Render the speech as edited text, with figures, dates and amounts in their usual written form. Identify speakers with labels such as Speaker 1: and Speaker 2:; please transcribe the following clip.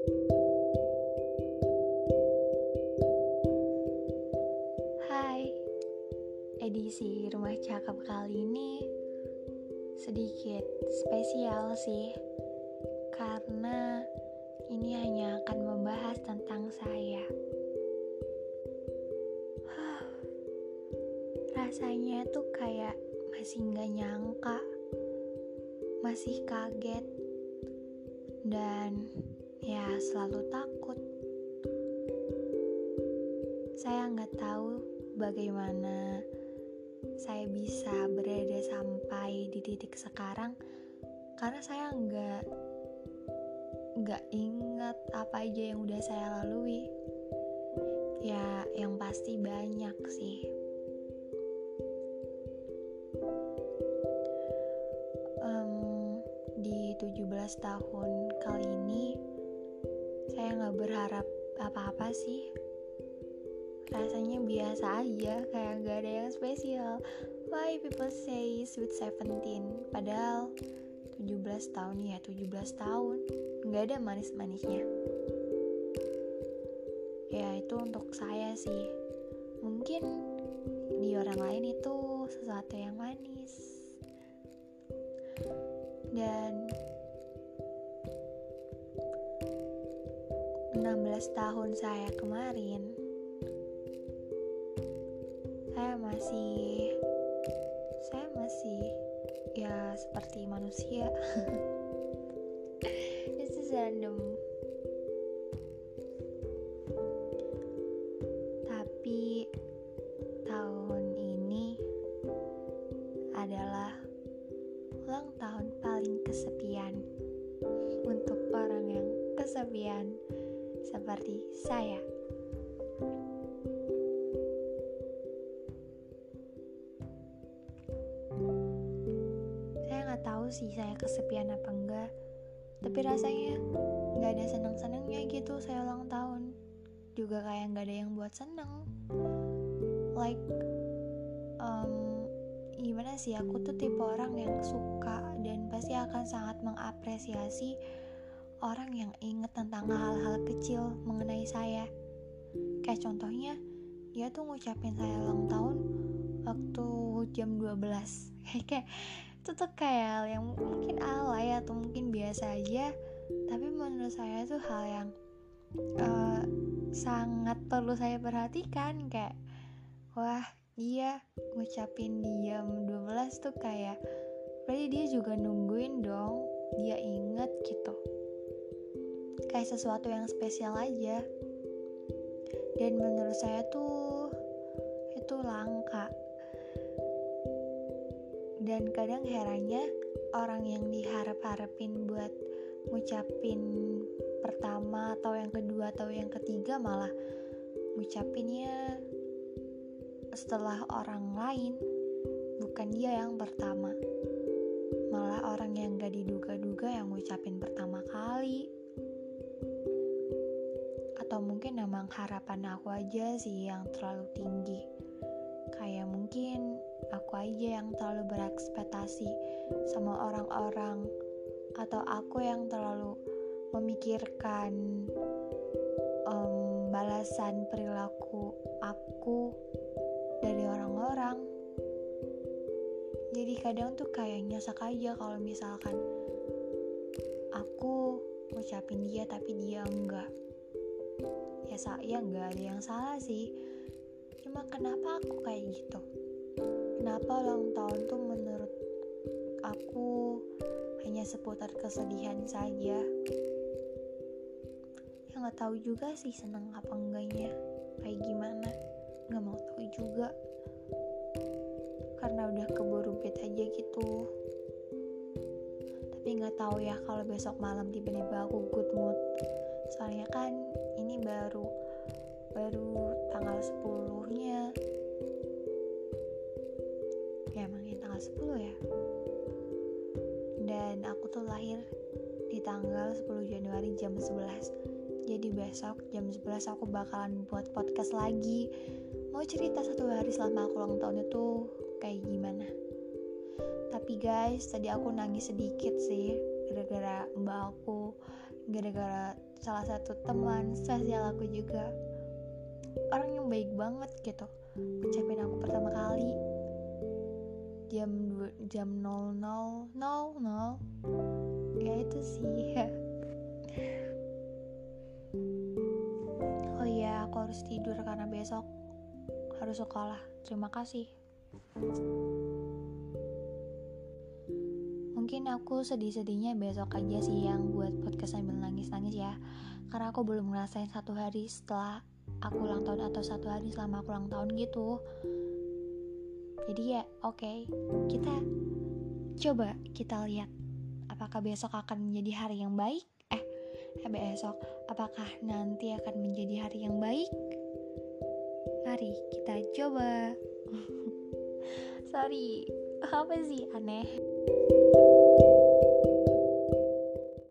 Speaker 1: Hai, edisi Rumah Cakap kali ini sedikit spesial sih, karena ini hanya akan membahas tentang saya. Rasanya tuh kayak masih gak nyangka, masih kaget, dan ya selalu takut. Saya nggak tahu bagaimana saya bisa berada sampai di titik sekarang, karena saya nggak ingat apa aja yang udah saya lalui. Ya, yang pasti banyak sih. Di 17 tahun kali ini, saya nggak berharap apa-apa sih. Rasanya biasa aja, kayak gak ada yang spesial. Why people say sweet 17? Padahal 17 tahun ya 17 tahun, gak ada manis-manisnya. Ya itu untuk saya sih. Mungkin di orang lain itu sesuatu yang manis. Dan 16 tahun saya kemarin, saya masih ya seperti manusia. This is random. Tapi tahun ini adalah ulang tahun paling kesepian untuk orang yang kesepian seperti saya. Tahu sih saya kesepian apa enggak, tapi rasanya nggak ada senang-senangnya gitu. Saya ulang tahun juga kayak nggak ada yang buat seneng. Like gimana sih, aku tuh tipe orang yang suka dan pasti akan sangat mengapresiasi orang yang inget tentang hal-hal kecil mengenai saya. Kayak contohnya, dia tuh ngucapin saya ulang tahun waktu jam 12. Kayak itu tuh kayak hal yang mungkin alay atau mungkin biasa aja, tapi menurut saya tuh hal yang sangat perlu saya perhatikan. Kayak wah, dia ngucapin di jam 12 tuh kayak berarti dia juga nungguin dong, dia inget gitu, kayak sesuatu yang spesial aja. Dan menurut saya tuh itu langka. Dan kadang herannya orang yang diharap-harapin buat ngucapin pertama atau yang kedua atau yang ketiga malah ngucapinnya setelah orang lain, bukan dia yang pertama. Malah orang yang gak diduga-duga yang ngucapin pertama kali. Atau mungkin emang harapan aku aja sih yang terlalu tinggi. Kayak mungkin aku aja yang terlalu berekspektasi sama orang-orang, atau aku yang terlalu memikirkan balasan perilaku aku dari orang-orang. Jadi kadang tuh kayak nyesek aja kalau misalkan aku ngucapin dia tapi dia enggak. Ya saya enggak ada yang salah sih, cuma kenapa aku kayak gitu? Kenapa ulang tahun tuh menurut aku hanya seputar kesedihan saja? Ya gak tahu juga sih seneng apa enggaknya, kayak gimana, gak mau tahu juga, karena udah keburu bed aja gitu. Tapi gak tahu ya kalau besok malam tiba-tiba aku good mood. Soalnya kan ini baru tanggal 10-nya. Ya emangnya tanggal 10 ya. Dan aku tuh lahir di tanggal 10 Januari jam 11. Jadi besok jam 11 aku bakalan buat podcast lagi. Mau cerita 1 hari selama aku ulang tahun itu kayak gimana. Tapi guys, tadi aku nangis sedikit sih gara-gara mbak aku gara-gara salah satu teman spesial aku juga, orang yang baik banget gitu, ngucapin aku pertama kali jam 00.00. Ya itu sih. Oh iya, aku harus tidur karena besok harus sekolah. Terima kasih. Mungkin aku sedih-sedihnya besok aja sih yang buat podcast sambil nangis-nangis ya. Karena aku belum ngerasain 1 hari setelah aku ulang tahun atau 1 hari selama aku ulang tahun gitu. Jadi ya oke, kita lihat apakah besok akan menjadi hari yang baik. Besok apakah nanti akan menjadi hari yang baik? Mari kita coba. Sorry, apa sih aneh?